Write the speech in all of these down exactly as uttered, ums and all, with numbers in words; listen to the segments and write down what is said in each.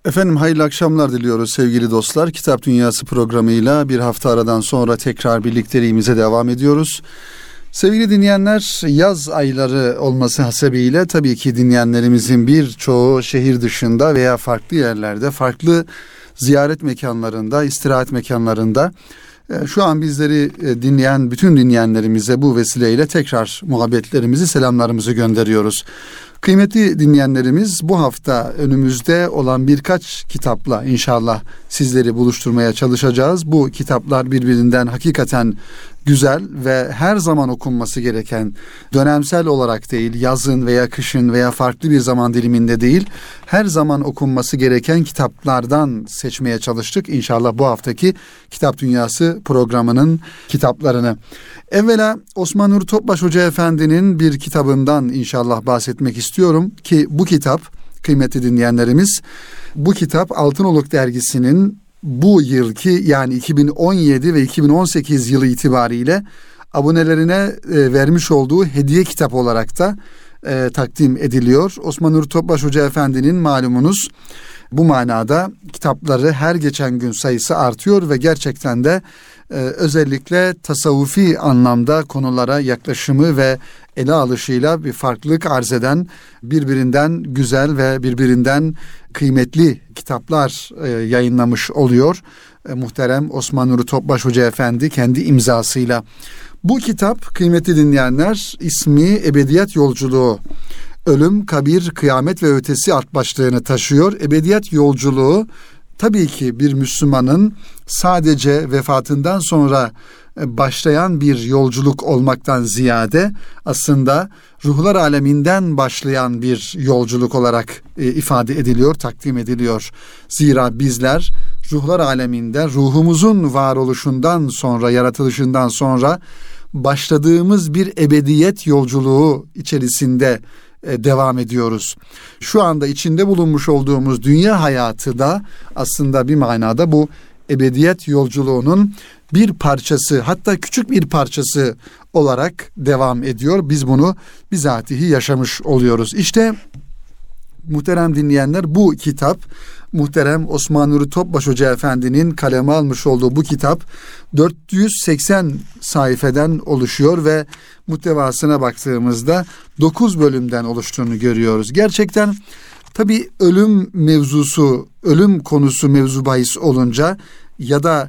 Efendim hayırlı akşamlar diliyoruz sevgili dostlar. Kitap Dünyası programıyla bir hafta aradan sonra tekrar birlikteliğimize devam ediyoruz. Sevgili dinleyenler, yaz ayları olması hasebiyle tabii ki dinleyenlerimizin birçoğu şehir dışında veya farklı yerlerde, farklı ziyaret mekanlarında, istirahat mekanlarında. Şu an bizleri dinleyen bütün dinleyenlerimize bu vesileyle tekrar muhabbetlerimizi, selamlarımızı gönderiyoruz. Kıymetli dinleyenlerimiz, bu hafta önümüzde olan birkaç kitapla inşallah sizleri buluşturmaya çalışacağız. Bu kitaplar birbirinden hakikaten güzel ve her zaman okunması gereken, dönemsel olarak değil, yazın veya kışın veya farklı bir zaman diliminde değil, her zaman okunması gereken kitaplardan seçmeye çalıştık. İnşallah bu haftaki Kitap Dünyası programının kitaplarını. Evvela Osman Nuri Topbaş Hoca Efendi'nin bir kitabından inşallah bahsetmek istiyorum ki bu kitap, kıymetli dinleyenlerimiz, bu kitap Altınoluk Dergisi'nin bu yılki yani iki bin on yedi ve iki bin on sekiz yılı itibariyle abonelerine e, vermiş olduğu hediye kitap olarak da e, takdim ediliyor. Osman Nuri Topbaş Hoca Efendi'nin malumunuz bu manada kitapları her geçen gün sayısı artıyor ve gerçekten de e, özellikle tasavvufi anlamda konulara yaklaşımı ve ele alışıyla bir farklılık arz eden, birbirinden güzel ve birbirinden kıymetli kitaplar e, yayınlamış oluyor. E, muhterem Osman Nuri Topbaş Hoca Efendi kendi imzasıyla. Bu kitap, kıymetli dinleyenler, ismi Ebediyet Yolculuğu. Ölüm, kabir, kıyamet ve ötesi alt başlığını taşıyor. Ebediyet yolculuğu tabii ki bir Müslümanın sadece vefatından sonra başlayan bir yolculuk olmaktan ziyade aslında ruhlar aleminden başlayan bir yolculuk olarak e, ifade ediliyor, takdim ediliyor. Zira bizler ruhlar aleminde ruhumuzun varoluşundan sonra, yaratılışından sonra başladığımız bir ebediyet yolculuğu içerisinde devam ediyoruz. Şu anda içinde bulunmuş olduğumuz dünya hayatı da aslında bir manada bu ebediyet yolculuğunun bir parçası, hatta küçük bir parçası olarak devam ediyor. Biz bunu bizatihi yaşamış oluyoruz. İşte muhterem dinleyenler, bu kitap, muhterem Osman Nuri Topbaş Hoca Efendi'nin kaleme almış olduğu bu kitap dört yüz seksen sayfeden oluşuyor ve muhtevasına baktığımızda dokuz bölümden oluştuğunu görüyoruz. Gerçekten tabii ölüm mevzusu, ölüm konusu mevzu bahis olunca ya da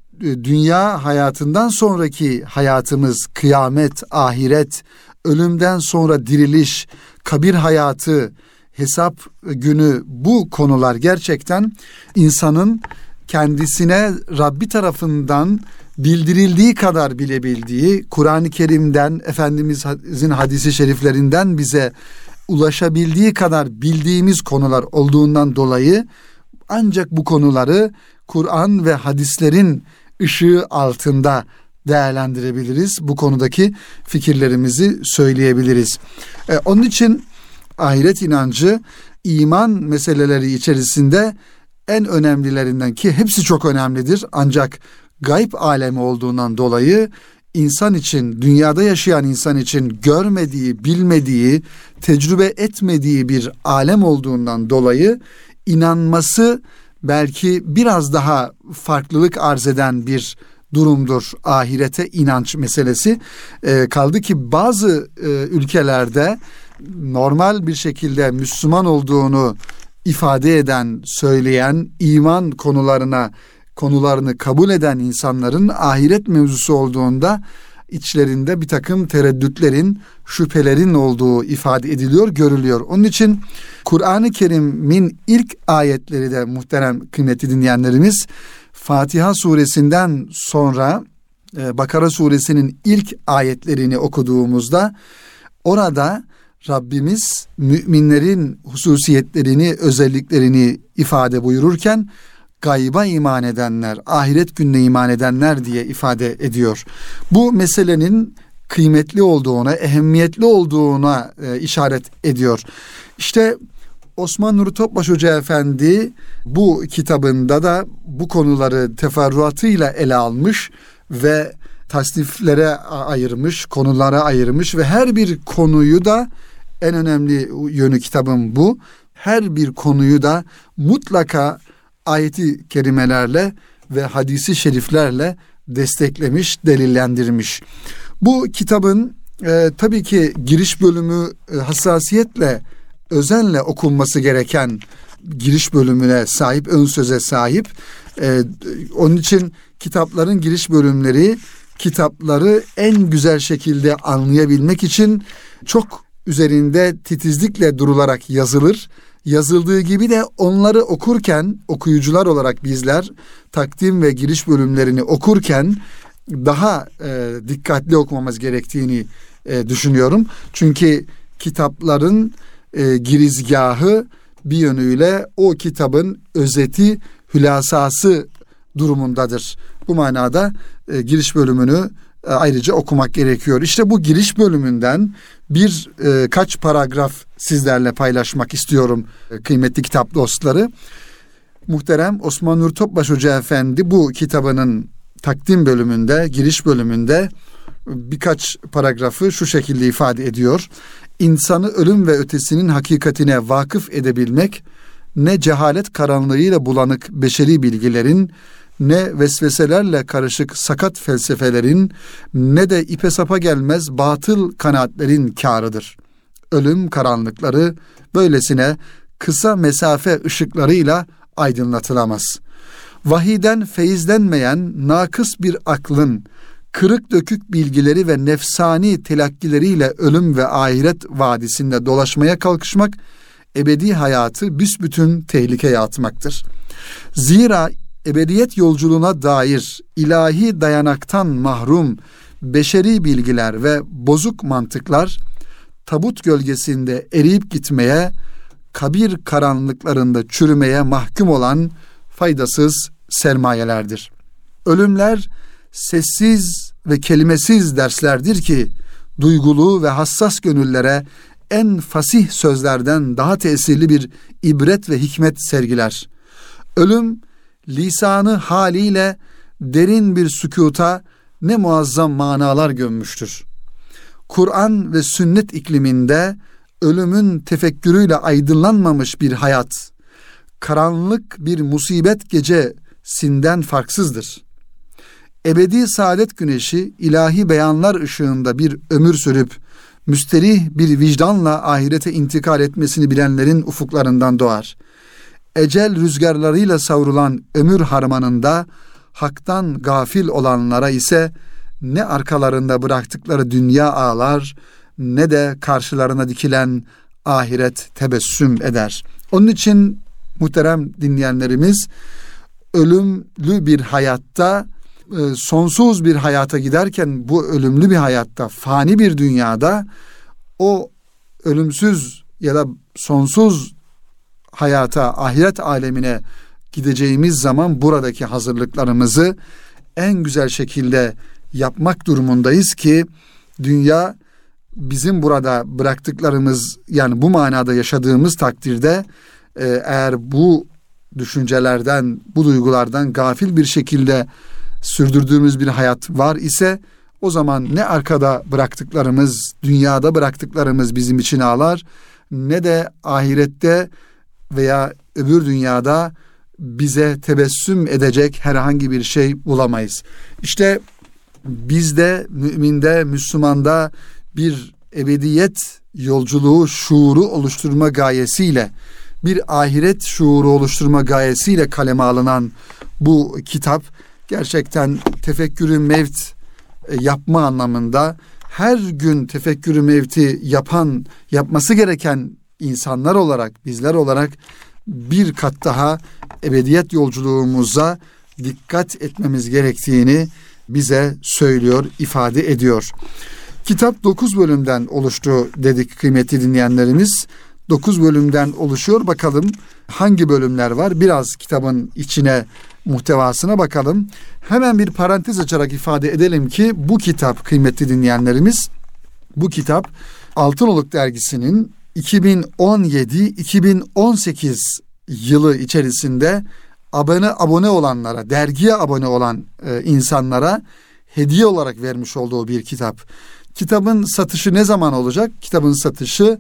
dünya hayatından sonraki hayatımız, kıyamet, ahiret, ölümden sonra diriliş, kabir hayatı, hesap günü, bu konular gerçekten insanın kendisine Rabbi tarafından bildirildiği kadar bilebildiği, Kur'an-ı Kerim'den, Efendimizin hadisi şeriflerinden bize ulaşabildiği kadar bildiğimiz konular olduğundan dolayı ancak bu konuları Kur'an ve hadislerin ışığı altında değerlendirebiliriz. Bu konudaki fikirlerimizi söyleyebiliriz. Ee, onun için ahiret inancı, iman meseleleri içerisinde en önemlilerinden, ki hepsi çok önemlidir, ancak gayb alemi olduğundan dolayı insan için, dünyada yaşayan insan için görmediği, bilmediği, tecrübe etmediği bir alem olduğundan dolayı inanması belki biraz daha farklılık arz eden bir durumdur ahirete inanç meselesi. E, kaldı ki bazı e, ülkelerde normal bir şekilde Müslüman olduğunu ifade eden, söyleyen, iman konularına konularını kabul eden insanların ahiret mevzusu olduğunda içlerinde bir takım tereddütlerin, şüphelerin olduğu ifade ediliyor, görülüyor. Onun için Kur'an-ı Kerim'in ilk ayetleri de muhterem kıymetli dinleyenlerimiz, Fatiha suresinden sonra Bakara suresinin ilk ayetlerini okuduğumuzda orada Rabbimiz müminlerin hususiyetlerini, özelliklerini ifade buyururken gayba iman edenler, ahiret gününe iman edenler diye ifade ediyor. Bu meselenin kıymetli olduğuna, ehemmiyetli olduğuna e, işaret ediyor. İşte Osman Nuri Topbaş Hoca Efendi bu kitabında da bu konuları teferruatıyla ele almış ve tasniflere ayırmış, konulara ayırmış ve her bir konuyu da, en önemli yönü kitabın bu, her bir konuyu da mutlaka ayeti kerimelerle ve hadisi şeriflerle desteklemiş, delillendirmiş. Bu kitabın e, tabii ki giriş bölümü e, hassasiyetle, özenle okunması gereken giriş bölümüne sahip, ön söze sahip. E, onun için kitapların giriş bölümleri, kitapları en güzel şekilde anlayabilmek için çok üzerinde titizlikle durularak yazılır. Yazıldığı gibi de onları okurken, okuyucular olarak bizler takdim ve giriş bölümlerini okurken daha e, dikkatli okumamız gerektiğini e, düşünüyorum. Çünkü kitapların e, girizgahı bir yönüyle o kitabın özeti, hülasası durumundadır. Bu manada e, giriş bölümünü e, ayrıca okumak gerekiyor. İşte bu giriş bölümünden bir e, kaç paragraf sizlerle paylaşmak istiyorum e, kıymetli kitap dostları. Muhterem Osman Nur Topbaş Hoca Efendi bu kitabının takdim bölümünde, giriş bölümünde birkaç paragrafı şu şekilde ifade ediyor. İnsanı ölüm ve ötesinin hakikatine vakıf edebilmek, ne cehalet karanlığıyla bulanık beşeri bilgilerin, ne vesveselerle karışık sakat felsefelerin, ne de ipe sapa gelmez batıl kanaatlerin kârıdır. Ölüm karanlıkları böylesine kısa mesafe ışıklarıyla aydınlatılamaz. Vahiden feyizlenmeyen nakıs bir aklın kırık dökük bilgileri ve nefsani telakkileriyle ölüm ve ahiret vadisinde dolaşmaya kalkışmak, ebedi hayatı büsbütün tehlikeye atmaktır. Zira ebediyet yolculuğuna dair ilahi dayanaktan mahrum beşeri bilgiler ve bozuk mantıklar, tabut gölgesinde eriyip gitmeye, kabir karanlıklarında çürümeye mahkum olan faydasız sermayelerdir. Ölümler sessiz ve kelimesiz derslerdir ki, duygulu ve hassas gönüllere en fasih sözlerden daha tesirli bir ibret ve hikmet sergiler. Ölüm, lisanı haliyle derin bir sükuta ne muazzam manalar gömmüştür. Kur'an ve sünnet ikliminde ölümün tefekkürüyle aydınlanmamış bir hayat, karanlık bir musibet gecesinden farksızdır. Ebedi saadet güneşi ilahi beyanlar ışığında bir ömür sürüp müsterih bir vicdanla ahirete intikal etmesini bilenlerin ufuklarından doğar. Ecel rüzgarlarıyla savrulan ömür harmanında haktan gafil olanlara ise ne arkalarında bıraktıkları dünya ağlar, ne de karşılarına dikilen ahiret tebessüm eder. Onun için muhterem dinleyenlerimiz, ölümlü bir hayatta, sonsuz bir hayata giderken bu ölümlü bir hayatta, fani bir dünyada o ölümsüz ya da sonsuz hayata, ahiret alemine gideceğimiz zaman buradaki hazırlıklarımızı en güzel şekilde yapmak durumundayız ki dünya bizim burada bıraktıklarımız, yani bu manada yaşadığımız takdirde eğer bu düşüncelerden, bu duygulardan gafil bir şekilde sürdürdüğümüz bir hayat var ise o zaman ne arkada bıraktıklarımız, dünyada bıraktıklarımız bizim için ağlar, ne de ahirette veya öbür dünyada bize tebessüm edecek herhangi bir şey bulamayız. İşte bizde, müminde, Müslümanda bir ebediyet yolculuğu şuuru oluşturma gayesiyle, bir ahiret şuuru oluşturma gayesiyle kaleme alınan bu kitap gerçekten tefekkürü mevt yapma anlamında, her gün tefekkürü mevti yapan, yapması gereken insanlar olarak, bizler olarak bir kat daha ebediyet yolculuğumuza dikkat etmemiz gerektiğini bize söylüyor, ifade ediyor. Kitap dokuz bölümden oluştu dedik kıymetli dinleyenlerimiz. dokuz bölümden oluşuyor. Bakalım hangi bölümler var? Biraz kitabın içine, muhtevasına bakalım. Hemen bir parantez açarak ifade edelim ki bu kitap, kıymetli dinleyenlerimiz, bu kitap Altınoluk Dergisi'nin iki bin on yedi iki bin on sekiz yılı içerisinde abone abone olanlara, dergiye abone olan e, insanlara hediye olarak vermiş olduğu bir kitap. Kitabın satışı ne zaman olacak? Kitabın satışı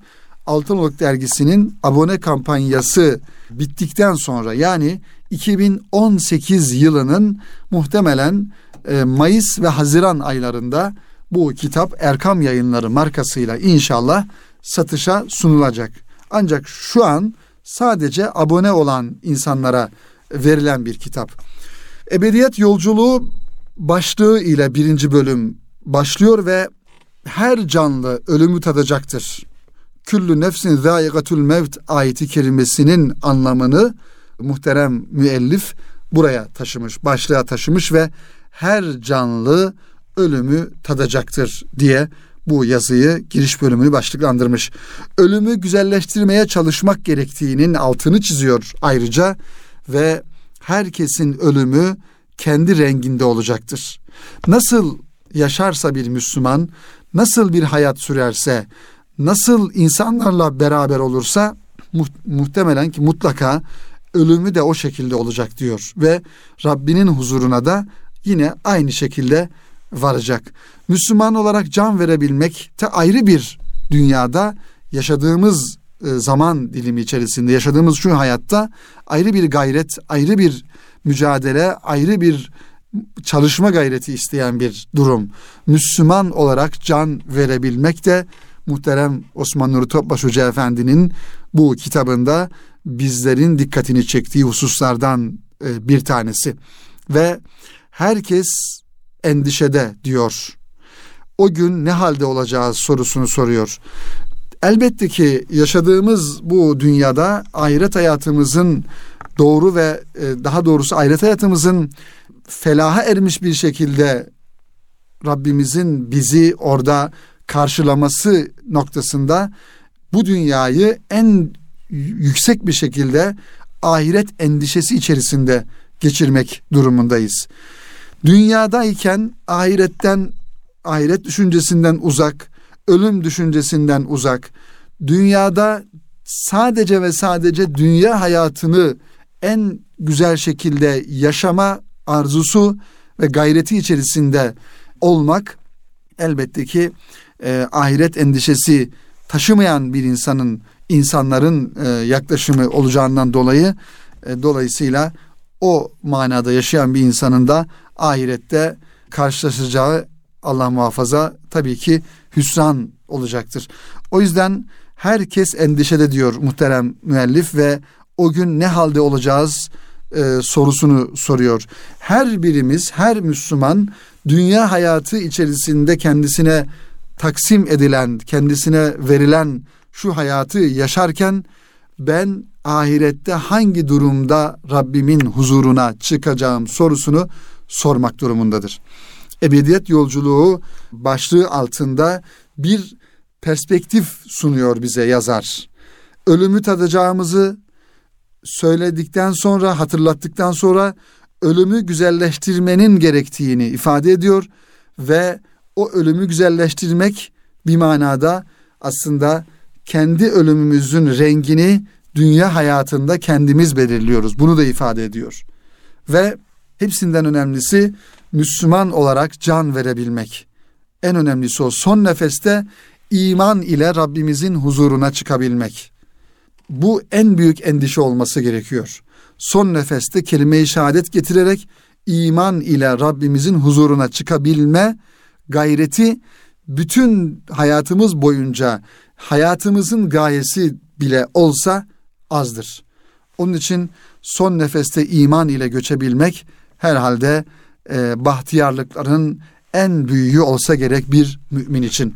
Altınoluk Dergisi'nin abone kampanyası bittikten sonra, yani iki bin on sekiz yılının muhtemelen e, Mayıs ve Haziran aylarında bu kitap Erkam Yayınları markasıyla inşallah satışa sunulacak. Ancak şu an sadece abone olan insanlara verilen bir kitap. Ebediyet Yolculuğu başlığı ile birinci bölüm başlıyor ve her canlı ölümü tadacaktır. Küllü nefsin zâigatül mevt ayeti kerimesinin anlamını muhterem müellif buraya taşımış, başlığa taşımış ve her canlı ölümü tadacaktır diye bu yazıyı, giriş bölümünü başlıklandırmış. Ölümü güzelleştirmeye çalışmak gerektiğinin altını çiziyor ayrıca ve herkesin ölümü kendi renginde olacaktır. Nasıl yaşarsa bir Müslüman, nasıl bir hayat sürerse, nasıl insanlarla beraber olursa mu- muhtemelen ki mutlaka ölümü de o şekilde olacak diyor ve Rabbinin huzuruna da yine aynı şekilde varacak. Müslüman olarak can verebilmek de ayrı bir dünyada, yaşadığımız zaman dilimi içerisinde, yaşadığımız şu hayatta ayrı bir gayret, ayrı bir mücadele, ayrı bir çalışma gayreti isteyen bir durum. Müslüman olarak can verebilmek de muhterem Osman Nuri Topbaş Hoca Efendi'nin bu kitabında bizlerin dikkatini çektiği hususlardan bir tanesi. Ve herkes endişede diyor. O gün ne halde olacağız sorusunu soruyor. Elbette ki yaşadığımız bu dünyada ahiret hayatımızın doğru ve daha doğrusu ahiret hayatımızın felaha ermiş bir şekilde Rabbimizin bizi orada karşılaması noktasında bu dünyayı en yüksek bir şekilde ahiret endişesi içerisinde geçirmek durumundayız. Dünyadayken ahiretten, ahiret düşüncesinden uzak, ölüm düşüncesinden uzak, dünyada sadece ve sadece dünya hayatını en güzel şekilde yaşama arzusu ve gayreti içerisinde olmak elbette ki e, ahiret endişesi taşımayan bir insanın, insanların e, yaklaşımı olacağından dolayı e, dolayısıyla o manada yaşayan bir insanın da ahirette karşılaşacağı, Allah muhafaza, tabii ki hüsran olacaktır. O yüzden herkes endişede diyor muhterem müellif ve o gün ne halde olacağız e, sorusunu soruyor. Her birimiz, her Müslüman dünya hayatı içerisinde kendisine taksim edilen, kendisine verilen şu hayatı yaşarken ben ahirette hangi durumda Rabbimin huzuruna çıkacağım sorusunu sormak durumundadır. Ebediyet Yolculuğu başlığı altında bir perspektif sunuyor bize yazar. Ölümü tadacağımızı söyledikten sonra, hatırlattıktan sonra ölümü güzelleştirmenin gerektiğini ifade ediyor ve o ölümü güzelleştirmek bir manada aslında kendi ölümümüzün rengini dünya hayatında kendimiz belirliyoruz. Bunu da ifade ediyor. Ve hepsinden önemlisi Müslüman olarak can verebilmek. En önemlisi o, son nefeste iman ile Rabbimizin huzuruna çıkabilmek. Bu en büyük endişe olması gerekiyor. Son nefeste kelime-i şehadet getirerek iman ile Rabbimizin huzuruna çıkabilme gayreti bütün hayatımız boyunca hayatımızın gayesi bile olsa azdır. Onun için son nefeste iman ile göçebilmek herhalde e, bahtiyarlıkların en büyüğü olsa gerek bir mümin için.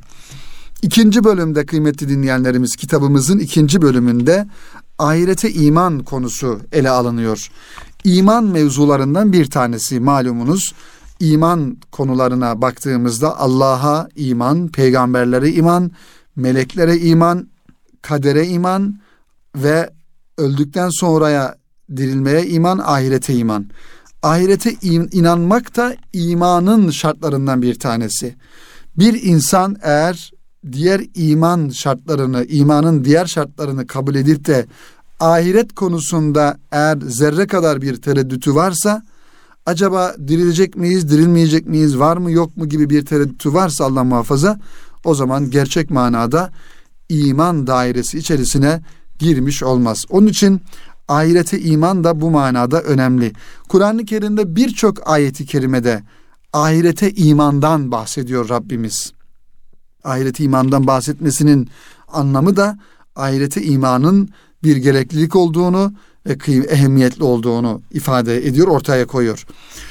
İkinci bölümde kıymetli dinleyenlerimiz, kitabımızın ikinci bölümünde ahirete iman konusu ele alınıyor. İman mevzularından bir tanesi malumunuz. İman konularına baktığımızda Allah'a iman, peygamberlere iman, meleklere iman, kadere iman ve öldükten sonraya dirilmeye iman, ahirete iman. Ahirete inanmak da imanın şartlarından bir tanesi. Bir insan eğer diğer iman şartlarını, imanın diğer şartlarını kabul edip de ahiret konusunda eğer zerre kadar bir tereddütü varsa, acaba dirilecek miyiz, dirilmeyecek miyiz, var mı yok mu gibi bir tereddütü varsa Allah muhafaza, o zaman gerçek manada iman dairesi içerisine girmiş olmaz. Onun için ahirete iman da bu manada önemli. Kur'an-ı Kerim'de birçok ayeti kerimede ahirete imandan bahsediyor Rabbimiz. Ahirete imandan bahsetmesinin anlamı da ahirete imanın bir gereklilik olduğunu ve kıyım, ehemmiyetli olduğunu ifade ediyor, ortaya koyuyor.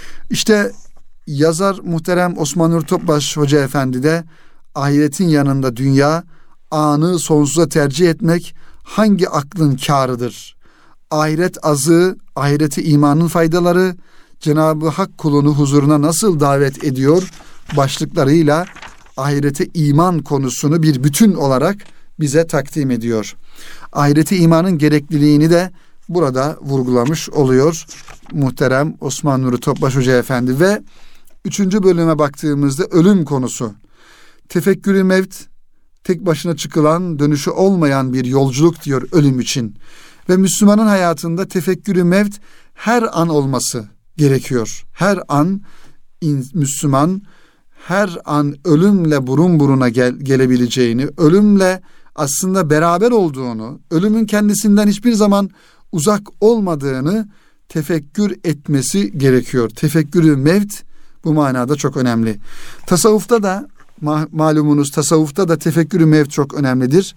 İşte yazar muhterem Osman Nuri Topbaş Hoca Efendi de ahiretin yanında dünya, anı sonsuza tercih etmek hangi aklın kârıdır? Ahiret azı, ahirete imanın faydaları, Cenab-ı Hak kulunu huzuruna nasıl davet ediyor başlıklarıyla ahirete iman konusunu bir bütün olarak bize takdim ediyor. Ahirete imanın gerekliliğini de burada vurgulamış oluyor muhterem Osman Nuri Topbaş Hoca Efendi. Ve üçüncü bölüme baktığımızda ölüm konusu. Tefekkür-i mevt, tek başına çıkılan, dönüşü olmayan bir yolculuk diyor ölüm için. Ve Müslümanın hayatında tefekkür-i mevt her an olması gerekiyor. Her an in, Müslüman her an ölümle burun buruna gel, gelebileceğini, ölümle aslında beraber olduğunu, ölümün kendisinden hiçbir zaman uzak olmadığını tefekkür etmesi gerekiyor. Tefekkür-ü mevt bu manada çok önemli. Tasavvufta da ma- malumunuz tasavvufta da tefekkür-ü mevt çok önemlidir.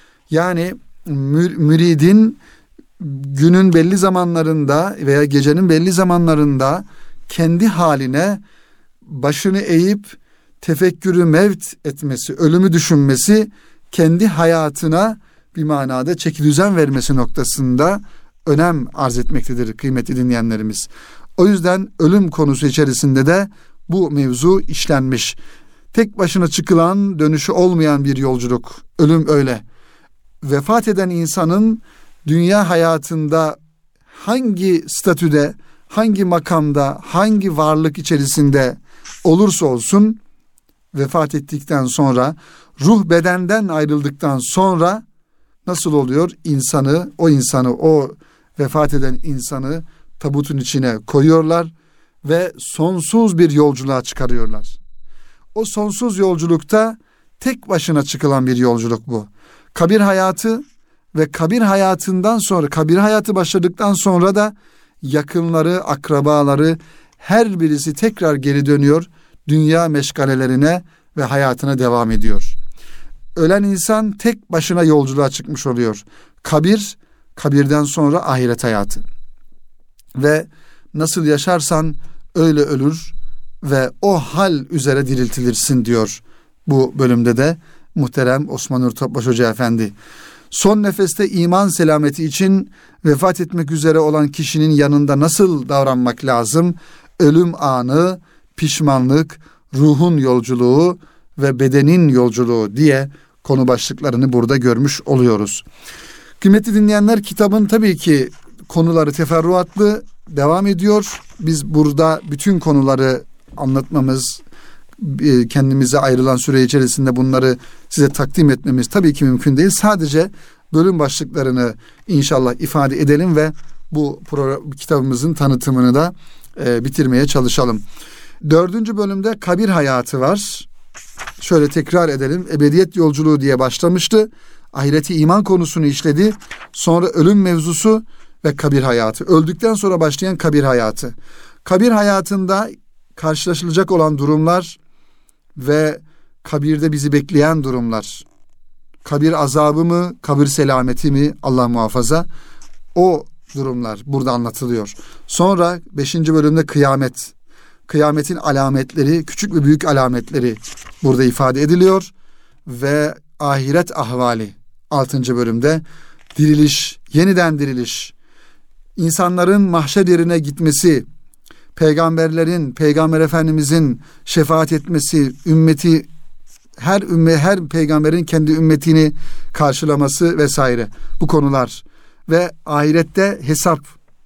Yani mür- müridin günün belli zamanlarında veya gecenin belli zamanlarında kendi haline başını eğip tefekkürü mevt etmesi, ölümü düşünmesi, kendi hayatına bir manada çekidüzen vermesi noktasında önem arz etmektedir kıymetli dinleyenlerimiz. O yüzden ölüm konusu içerisinde de bu mevzu işlenmiş. Tek başına çıkılan, dönüşü olmayan bir yolculuk. Ölüm öyle. Vefat eden insanın dünya hayatında hangi statüde, hangi makamda, hangi varlık içerisinde olursa olsun vefat ettikten sonra, ruh bedenden ayrıldıktan sonra nasıl oluyor? İnsanı, o insanı, o vefat eden insanı tabutun içine koyuyorlar ve sonsuz bir yolculuğa çıkarıyorlar. O sonsuz yolculukta tek başına çıkılan bir yolculuk bu. Kabir hayatı ve kabir hayatından sonra, kabir hayatı başladıktan sonra da yakınları, akrabaları her birisi tekrar geri dönüyor, dünya meşgalelerine ve hayatına devam ediyor. Ölen insan tek başına yolculuğa çıkmış oluyor. Kabir, kabirden sonra ahiret hayatı. Ve nasıl yaşarsan öyle ölür ve o hal üzere diriltilirsin diyor bu bölümde de muhterem Osman Nuri Topbaş Hoca Efendi. Son nefeste iman selameti için vefat etmek üzere olan kişinin yanında nasıl davranmak lazım? Ölüm anı, pişmanlık, ruhun yolculuğu ve bedenin yolculuğu diye konu başlıklarını burada görmüş oluyoruz. Kıymetli dinleyenler, kitabın tabii ki konuları teferruatlı devam ediyor. Biz burada bütün konuları anlatmamız, kendimize ayrılan süre içerisinde bunları size takdim etmemiz tabii ki mümkün değil. Sadece bölüm başlıklarını inşallah ifade edelim ve bu program, kitabımızın tanıtımını da e, bitirmeye çalışalım. Dördüncü bölümde kabir hayatı var. Şöyle tekrar edelim. Ebediyet yolculuğu diye başlamıştı. Ahireti iman konusunu işledi. Sonra ölüm mevzusu ve kabir hayatı. Öldükten sonra başlayan kabir hayatı. Kabir hayatında karşılaşılacak olan durumlar ve kabirde bizi bekleyen durumlar. Kabir azabı mı, kabir selameti mi, Allah muhafaza. O durumlar burada anlatılıyor. Sonra beşinci bölümde kıyamet. Kıyametin alametleri, küçük ve büyük alametleri burada ifade ediliyor. Ve ahiret ahvali altıncı bölümde diriliş, yeniden diriliş. İnsanların mahşer yerine gitmesi, peygamberlerin, peygamber efendimizin şefaat etmesi, ümmeti, her ümme, her peygamberin kendi ümmetini karşılaması vesaire, bu konular ve ahirette hesap,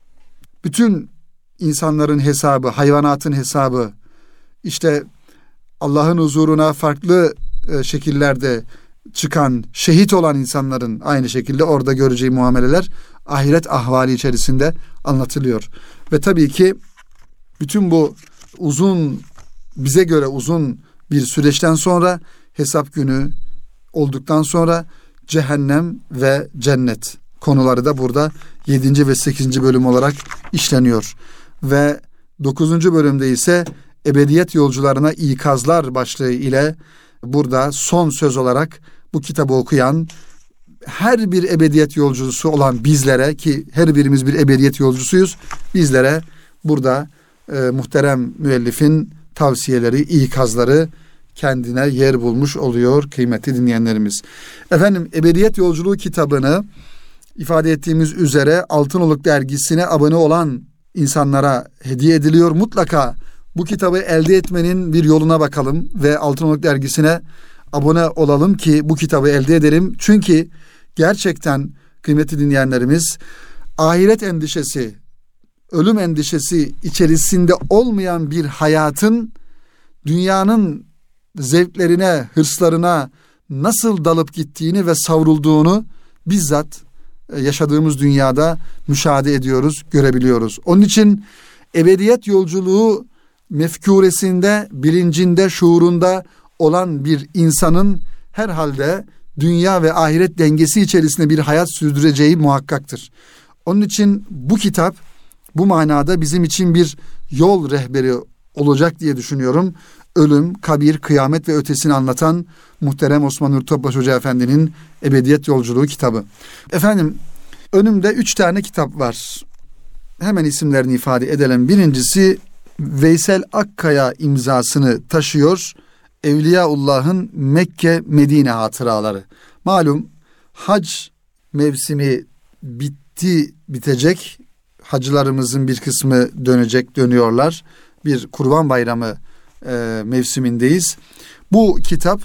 bütün insanların hesabı, hayvanatın hesabı, işte Allah'ın huzuruna farklı e, şekillerde çıkan, şehit olan insanların aynı şekilde orada göreceği muameleler ahiret ahvali içerisinde anlatılıyor. Ve tabii ki bütün bu uzun, bize göre uzun bir süreçten sonra, hesap günü olduktan sonra cehennem ve cennet konuları da burada yedinci ve sekizinci bölüm olarak işleniyor. Ve dokuzuncu bölümde ise ebediyet yolcularına ikazlar başlığı ile burada son söz olarak bu kitabı okuyan her bir ebediyet yolcusu olan bizlere, ki her birimiz bir ebediyet yolcusuyuz, bizlere burada e, muhterem müellifin tavsiyeleri, ikazları kendine yer bulmuş oluyor kıymetli dinleyenlerimiz. Efendim, Ebediyet Yolculuğu kitabını ifade ettiğimiz üzere Altınoluk dergisine abone olan insanlara hediye ediliyor. Mutlaka bu kitabı elde etmenin bir yoluna bakalım ve Altınoluk dergisine abone olalım ki bu kitabı elde edelim. Çünkü gerçekten kıymetli dinleyenlerimiz, ahiret endişesi, ölüm endişesi içerisinde olmayan bir hayatın dünyanın zevklerine, hırslarına nasıl dalıp gittiğini ve savrulduğunu bizzat yaşadığımız dünyada müşahede ediyoruz, görebiliyoruz. Onun için ebediyet yolculuğu mefkuresinde, bilincinde, şuurunda olan bir insanın herhalde dünya ve ahiret dengesi içerisinde bir hayat sürdüreceği muhakkaktır. Onun için bu kitap bu manada bizim için bir yol rehberi olacak diye düşünüyorum. Ölüm, kabir, kıyamet ve ötesini anlatan muhterem Osman Nuri Topbaş Hoca Efendi'nin Ebediyet Yolculuğu kitabı. Efendim, önümde üç tane kitap var. Hemen isimlerini ifade edelim. Birincisi Veysel Akkaya imzasını taşıyor. Evliyaullah'ın Mekke Medine hatıraları. Malum hac mevsimi bitti, bitecek. Hacılarımızın bir kısmı dönecek, dönüyorlar. Bir Kurban Bayramı e, mevsimindeyiz. Bu kitap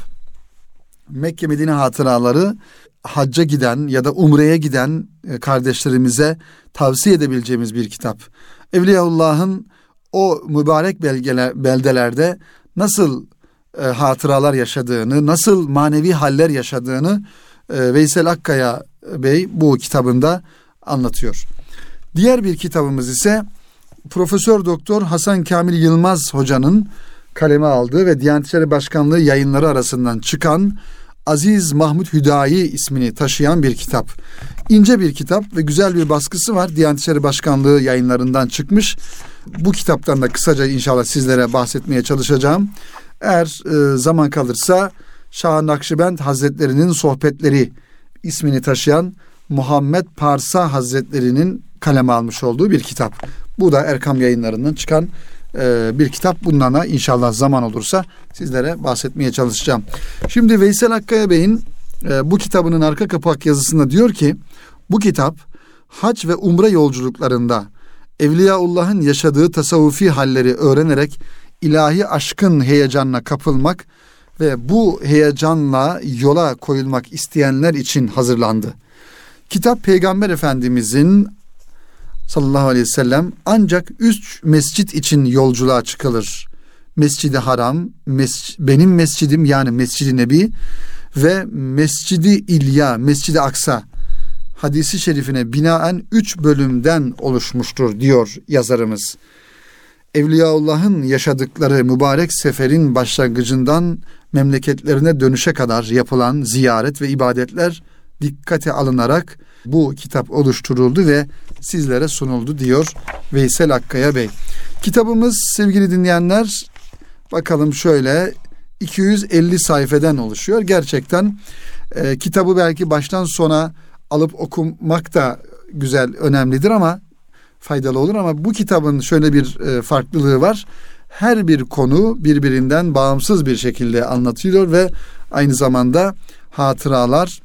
Mekke Medine hatıraları, hacca giden ya da umreye giden e, kardeşlerimize tavsiye edebileceğimiz bir kitap. Evliyaullah'ın o mübarek belgeler, beldelerde nasıl e, hatıralar yaşadığını, nasıl manevi haller yaşadığını e, Veysel Akkaya Bey bu kitabında anlatıyor. Diğer bir kitabımız ise Profesör Doktor Hasan Kamil Yılmaz Hoca'nın kaleme aldığı ve Diyanet İşleri Başkanlığı yayınları arasından çıkan Aziz Mahmud Hüdayi ismini taşıyan bir kitap. İnce bir kitap ve güzel bir baskısı var. Diyanet İşleri Başkanlığı yayınlarından çıkmış. Bu kitaptan da kısaca inşallah sizlere bahsetmeye çalışacağım. Eğer e, zaman kalırsa Şah Nakşibend Hazretleri'nin Sohbetleri ismini taşıyan Muhammed Parsa Hazretleri'nin kaleme almış olduğu bir kitap. Bu da Erkam Yayınları'ndan çıkan e, bir kitap. Bundan da inşallah zaman olursa sizlere bahsetmeye çalışacağım. Şimdi Veysel Akkaya Bey'in e, bu kitabının arka kapak yazısında diyor ki, bu kitap hac ve umre yolculuklarında Evliyaullah'ın yaşadığı tasavvufi halleri öğrenerek ilahi aşkın heyecanına kapılmak ve bu heyecanla yola koyulmak isteyenler için hazırlandı. Kitap Peygamber Efendimizin sallallahu aleyhi ve sellem ancak üç mescit için yolculuğa çıkılır. Mescid-i Haram, mes- benim mescidim yani Mescid-i Nebi ve Mescid-i İlya, Mescid-i Aksa hadisi şerifine binaen üç bölümden oluşmuştur diyor yazarımız. Evliyaullah'ın yaşadıkları mübarek seferin başlangıcından memleketlerine dönüşe kadar yapılan ziyaret ve ibadetler dikkate alınarak bu kitap oluşturuldu ve sizlere sunuldu diyor Veysel Akkaya Bey. Kitabımız sevgili dinleyenler, bakalım şöyle iki yüz elli sayfeden oluşuyor. Gerçekten e, kitabı belki baştan sona alıp okumak da güzel, önemlidir ama faydalı olur, ama bu kitabın şöyle bir e, farklılığı var. Her bir konu birbirinden bağımsız bir şekilde anlatılıyor ve aynı zamanda hatıralar,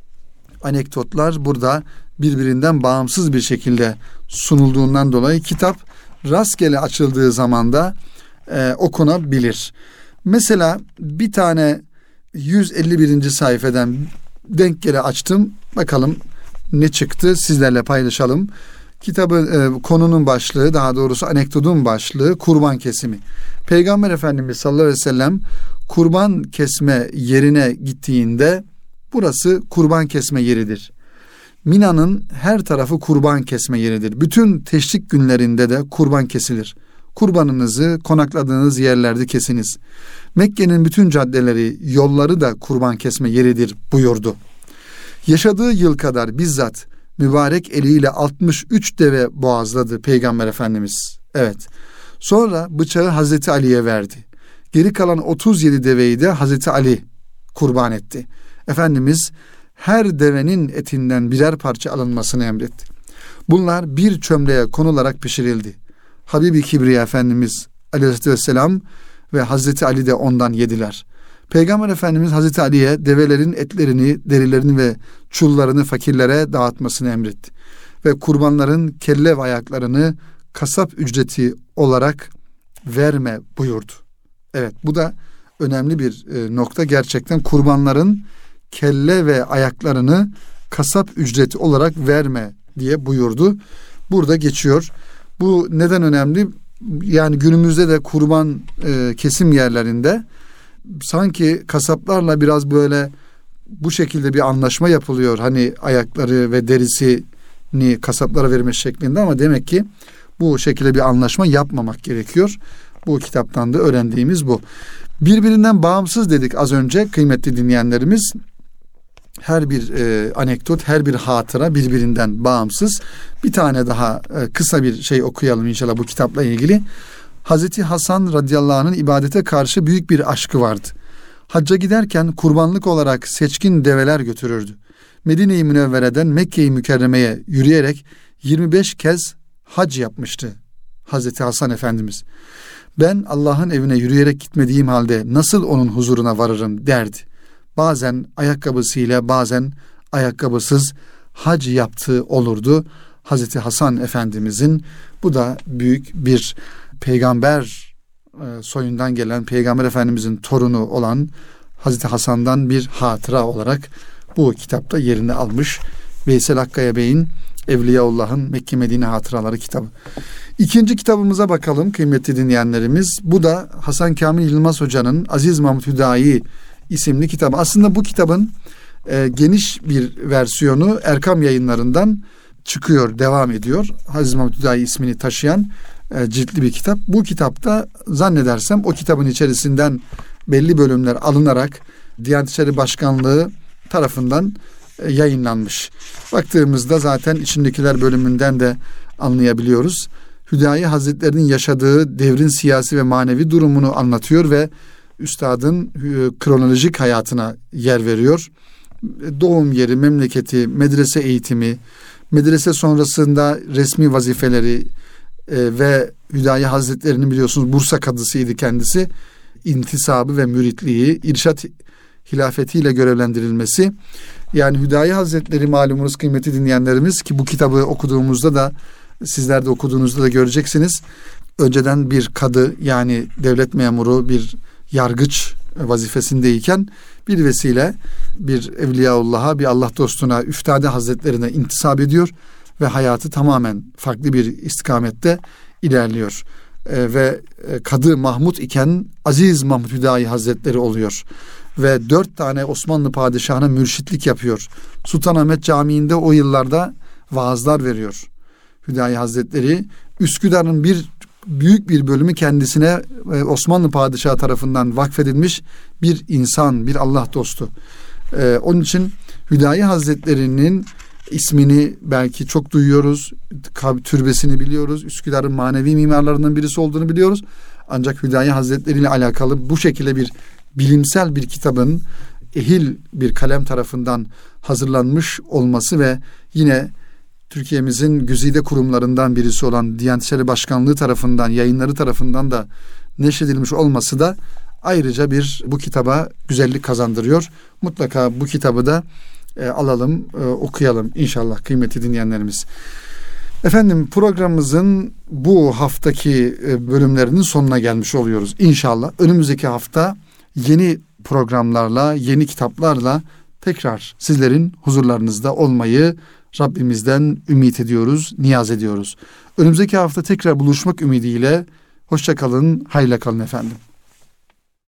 anekdotlar burada birbirinden bağımsız bir şekilde sunulduğundan dolayı kitap rastgele açıldığı zaman da e, okunabilir. Mesela bir tane yüz elli birinci sayfadan denk gele açtım. Bakalım ne çıktı, sizlerle paylaşalım. Kitabın e, konunun başlığı, daha doğrusu anekdotun başlığı kurban kesimi. Peygamber Efendimiz sallallahu aleyhi ve sellem kurban kesme yerine gittiğinde burası kurban kesme yeridir. Mina'nın her tarafı kurban kesme yeridir. Bütün teşrik günlerinde de kurban kesilir. Kurbanınızı konakladığınız yerlerde kesiniz. Mekke'nin bütün caddeleri, yolları da kurban kesme yeridir buyurdu. Yaşadığı yıl kadar bizzat mübarek eliyle altmış üç deve boğazladı Peygamber Efendimiz. Evet. Sonra bıçağı Hazreti Ali'ye verdi. Geri kalan otuz yedi deveyi de Hazreti Ali kurban etti. Efendimiz her devenin etinden birer parça alınmasını emretti. Bunlar bir çömleğe konularak pişirildi. Habibi Kibriya Efendimiz Aleyhisselatü Vesselam ve Hazreti Ali de ondan yediler. Peygamber Efendimiz Hazreti Ali'ye develerin etlerini, derilerini ve çullarını fakirlere dağıtmasını emretti. Ve kurbanların kelle ve ayaklarını kasap ücreti olarak verme buyurdu. Evet, bu da önemli bir e, nokta. Gerçekten kurbanların kelle ve ayaklarını kasap ücreti olarak verme diye buyurdu. Burada geçiyor. Bu neden önemli? Yani günümüzde de kurban e, kesim yerlerinde sanki kasaplarla biraz böyle bu şekilde bir anlaşma yapılıyor. Hani ayakları ve derisini kasaplara verme şeklinde, ama demek ki bu şekilde bir anlaşma yapmamak gerekiyor. Bu kitaptan da öğrendiğimiz bu. Birbirinden bağımsız dedik az önce kıymetli dinleyenlerimiz. Her bir e, anekdot, her bir hatıra birbirinden bağımsız. Bir tane daha e, kısa bir şey okuyalım inşallah bu kitapla ilgili. Hazreti Hasan radıyallahu anh'ın ibadete karşı büyük bir aşkı vardı. Hacca giderken kurbanlık olarak seçkin develer götürürdü. Medine-i Münevvere'den Mekke-i Mükerreme'ye yürüyerek yirmi beş kez hac yapmıştı Hazreti Hasan Efendimiz. Ben Allah'ın evine yürüyerek gitmediğim halde nasıl onun huzuruna varırım derdi. Bazen ayakkabısıyla, bazen ayakkabısız hac yaptığı olurdu Hazreti Hasan Efendimizin. Bu da büyük bir peygamber e, soyundan gelen, Peygamber Efendimizin torunu olan Hazreti Hasan'dan bir hatıra olarak bu kitapta yerini almış. Veysel Akkaya Bey'in Evliyaullah'ın Mekke Medine Hatıraları kitabı. İkinci kitabımıza bakalım kıymetli dinleyenlerimiz. Bu da Hasan Kamil Yılmaz Hoca'nın Aziz Mahmud Hüdayi isimli kitabı. Aslında bu kitabın e, geniş bir versiyonu Erkam Yayınları'ndan çıkıyor, devam ediyor. Aziz Mahmud Hüdayi ismini taşıyan e, ciltli bir kitap. Bu kitapta zannedersem o kitabın içerisinden belli bölümler alınarak Diyanet İşleri Başkanlığı tarafından e, yayınlanmış. Baktığımızda zaten içindekiler bölümünden de anlayabiliyoruz. Hüdayi Hazretleri'nin yaşadığı devrin siyasi ve manevi durumunu anlatıyor ve üstadın kronolojik hayatına yer veriyor. Doğum yeri, memleketi, medrese eğitimi, medrese sonrasında resmi vazifeleri e, ve Hüdayi Hazretleri'nin biliyorsunuz Bursa kadısıydı kendisi. İntisabı ve müritliği, irşat hilafetiyle görevlendirilmesi. Yani Hüdayi Hazretleri malumunuz kıymetli dinleyenlerimiz ki bu kitabı okuduğumuzda da sizler de okuduğunuzda da göreceksiniz. Önceden bir kadı yani devlet memuru, bir yargıç vazifesindeyken bir vesile bir Evliyaullah'a, bir Allah dostuna, Üftade Hazretlerine intisap ediyor ve hayatı tamamen farklı bir istikamette ilerliyor. E, ve Kadı Mahmud iken Aziz Mahmud Hüdayi Hazretleri oluyor. Ve dört tane Osmanlı padişahına mürşitlik yapıyor. Sultanahmet Camii'nde o yıllarda vaazlar veriyor. Hüdayi Hazretleri Üsküdar'ın bir büyük bir bölümü kendisine Osmanlı padişahı tarafından vakfedilmiş bir insan, bir Allah dostu. Ee, onun için Hüdayi Hazretleri'nin ismini belki çok duyuyoruz, türbesini biliyoruz, Üsküdar'ın manevi mimarlarından birisi olduğunu biliyoruz. Ancak Hüdayi Hazretleri ile alakalı bu şekilde bir bilimsel bir kitabın ehil bir kalem tarafından hazırlanmış olması ve yine Türkiye'mizin güzide kurumlarından birisi olan Diyanet İşleri Başkanlığı tarafından, yayınları tarafından da neşredilmiş olması da ayrıca bir bu kitaba güzellik kazandırıyor. Mutlaka bu kitabı da e, alalım, e, okuyalım inşallah kıymetli dinleyenlerimiz. Efendim programımızın bu haftaki e, bölümlerinin sonuna gelmiş oluyoruz inşallah. Önümüzdeki hafta yeni programlarla, yeni kitaplarla tekrar sizlerin huzurlarınızda olmayı Rabbimizden ümit ediyoruz, niyaz ediyoruz. Önümüzdeki hafta tekrar buluşmak ümidiyle hoşça kalın, hayırla kalın efendim.